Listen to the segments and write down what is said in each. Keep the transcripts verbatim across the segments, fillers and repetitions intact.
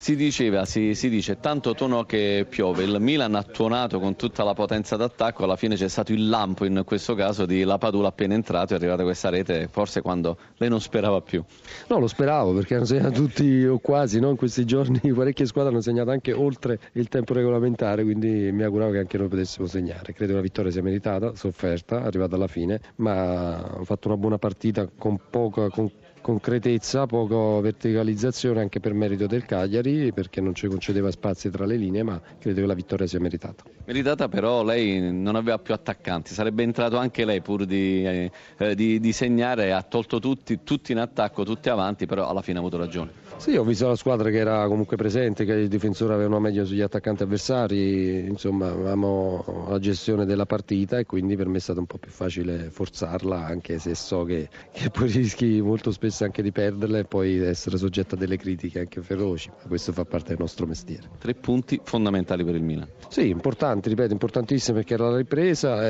Si diceva, si, si dice, tanto tonò che piove, il Milan ha tuonato con tutta la potenza d'attacco, alla fine c'è stato il lampo in questo caso di Lapadula appena entrato, è arrivata questa rete forse quando lei non sperava più. No, lo speravo perché hanno segnato tutti o quasi, no? In questi giorni parecchie squadre hanno segnato anche oltre il tempo regolamentare, quindi mi auguravo che anche noi potessimo segnare. Credo che la vittoria sia meritata, sofferta, arrivata alla fine, ma ho fatto una buona partita con poca con concretezza, poca verticalizzazione anche per merito del Cagliari, perché non ci concedeva spazi tra le linee, ma credo che la vittoria sia meritata. Meritata, però lei non aveva più attaccanti, sarebbe entrato anche lei pur di, eh, di, di segnare, ha tolto tutti, tutti in attacco, tutti avanti, però alla fine ha avuto ragione. Sì, ho visto la squadra che era comunque presente, che i difensori avevano meglio sugli attaccanti avversari, insomma avevamo la gestione della partita e quindi per me è stato un po' più facile forzarla, anche se so che, che poi rischi molto spesso anche di perderla e poi essere soggetta a delle critiche anche feroci, ma questo fa parte del nostro mestiere. Tre punti fondamentali per il Milan. Sì, importanti, ripeto, importantissimi perché era la ripresa,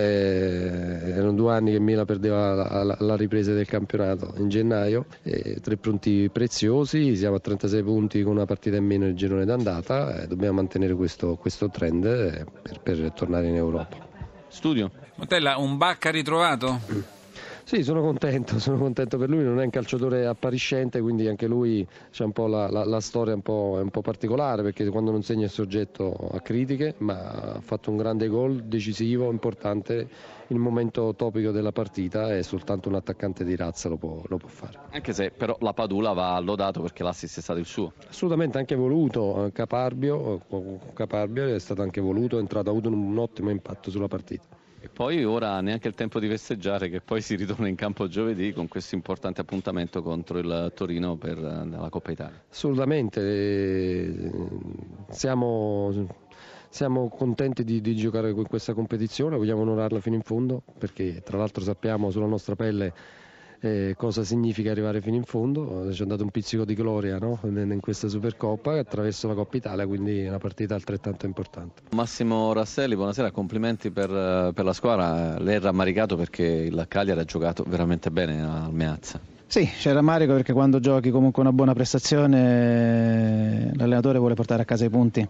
e erano due anni che Milan perdeva la, la, la ripresa del campionato in gennaio, e tre punti preziosi, siamo a trentasei punti con una partita in meno nel girone d'andata, e dobbiamo mantenere questo, questo trend per, per tornare in Europa. Studio. Montella, un Bacca ritrovato? Sì, sono contento, sono contento per lui, non è un calciatore appariscente, quindi anche lui c'è un po' la, la, la storia un po', è un po' particolare perché quando non segna è soggetto a critiche, ma ha fatto un grande gol decisivo, importante, il momento topico della partita e soltanto un attaccante di razza lo può, lo può fare. Anche se però la Padula va lodato perché l'assist è stato il suo. Assolutamente anche voluto, Caparbio, Caparbio è stato anche voluto, è entrato, ha avuto un ottimo impatto sulla partita. E poi ora neanche il tempo di festeggiare, che poi si ritorna in campo giovedì con questo importante appuntamento contro il Torino per la Coppa Italia. Assolutamente, siamo, siamo contenti di, di giocare con questa competizione, vogliamo onorarla fino in fondo perché tra l'altro sappiamo sulla nostra pelle Eh, cosa significa arrivare fino in fondo. Ci è andato un pizzico di gloria, no? in questa Supercoppa attraverso la Coppa Italia, quindi è una partita altrettanto importante. Massimo Rasselli, buonasera, complimenti per, per la squadra, lei è rammaricato perché il Cagliari ha giocato veramente bene al Meazza. Sì, c'è rammarico perché quando giochi comunque una buona prestazione l'allenatore vuole portare a casa i punti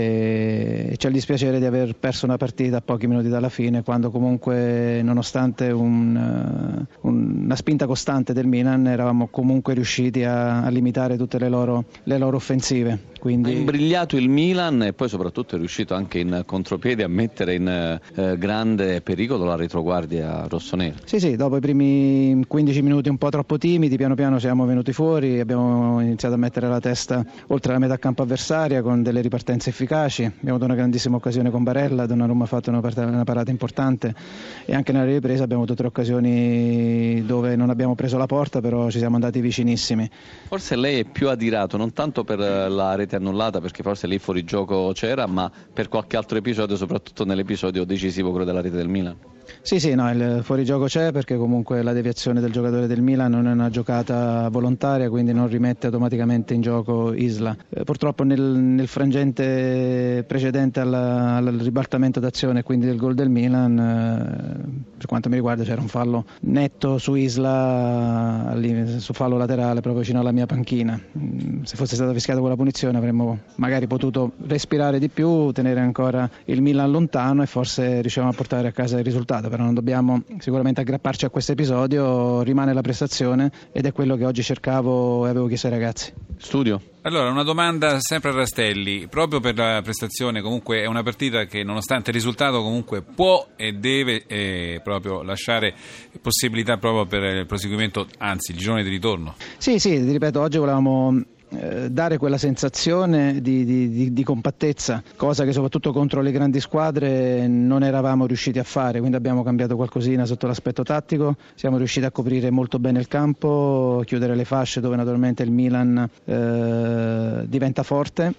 e c'è il dispiacere di aver perso una partita a pochi minuti dalla fine quando comunque nonostante un, un, una spinta costante del Milan eravamo comunque riusciti a, a limitare tutte le loro, le loro offensive. Quindi... Ha imbrigliato il Milan e poi soprattutto è riuscito anche in contropiede a mettere in eh, grande pericolo la retroguardia rossonera. Sì, sì, dopo i primi quindici minuti un po' troppo timidi, piano piano siamo venuti fuori, abbiamo iniziato a mettere la testa oltre la metà campo avversaria con delle ripartenze efficaci, abbiamo avuto una grandissima occasione con Barella, Donnarumma ha fatto una, part- una parata importante e anche nella ripresa abbiamo avuto tre occasioni dove non abbiamo preso la porta, però ci siamo andati vicinissimi. Forse lei è più adirato, non tanto per la rete annullata perché forse lì fuori gioco c'era, ma per qualche altro episodio, soprattutto nell'episodio decisivo, quello della rete del Milan. Sì, sì, no, il fuorigioco c'è perché comunque la deviazione del giocatore del Milan non è una giocata volontaria, quindi non rimette automaticamente in gioco Isla. Eh, purtroppo nel, nel frangente precedente alla, al ribaltamento d'azione, quindi del gol del Milan, eh, per quanto mi riguarda c'era un fallo netto su Isla, lì, su fallo laterale proprio vicino alla mia panchina. Se fosse stata fischiata quella punizione avremmo magari potuto respirare di più, tenere ancora il Milan lontano e forse riuscivamo a portare a casa il risultato. Però non dobbiamo sicuramente aggrapparci a questo episodio, rimane la prestazione ed è quello che oggi cercavo e avevo chiesto ai ragazzi. Studio. Allora, una domanda sempre a Rastelli, proprio per la prestazione, comunque è una partita che nonostante il risultato comunque può e deve eh, proprio lasciare possibilità proprio per il proseguimento, anzi il girone di ritorno. Sì, sì, ti ripeto, oggi volevamo Eh, dare quella sensazione di, di, di, di compattezza, cosa che soprattutto contro le grandi squadre non eravamo riusciti a fare, quindi abbiamo cambiato qualcosina sotto l'aspetto tattico, siamo riusciti a coprire molto bene il campo, chiudere le fasce dove naturalmente il Milan eh, diventa forte.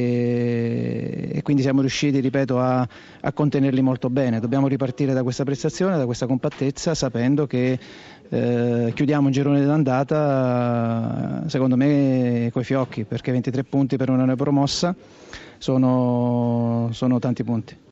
E, e quindi siamo riusciti, ripeto, a, a contenerli molto bene. Dobbiamo ripartire da questa prestazione, da questa compattezza, sapendo che eh, chiudiamo un girone d'andata secondo me coi fiocchi, perché ventitré punti per una promossa sono, sono tanti punti.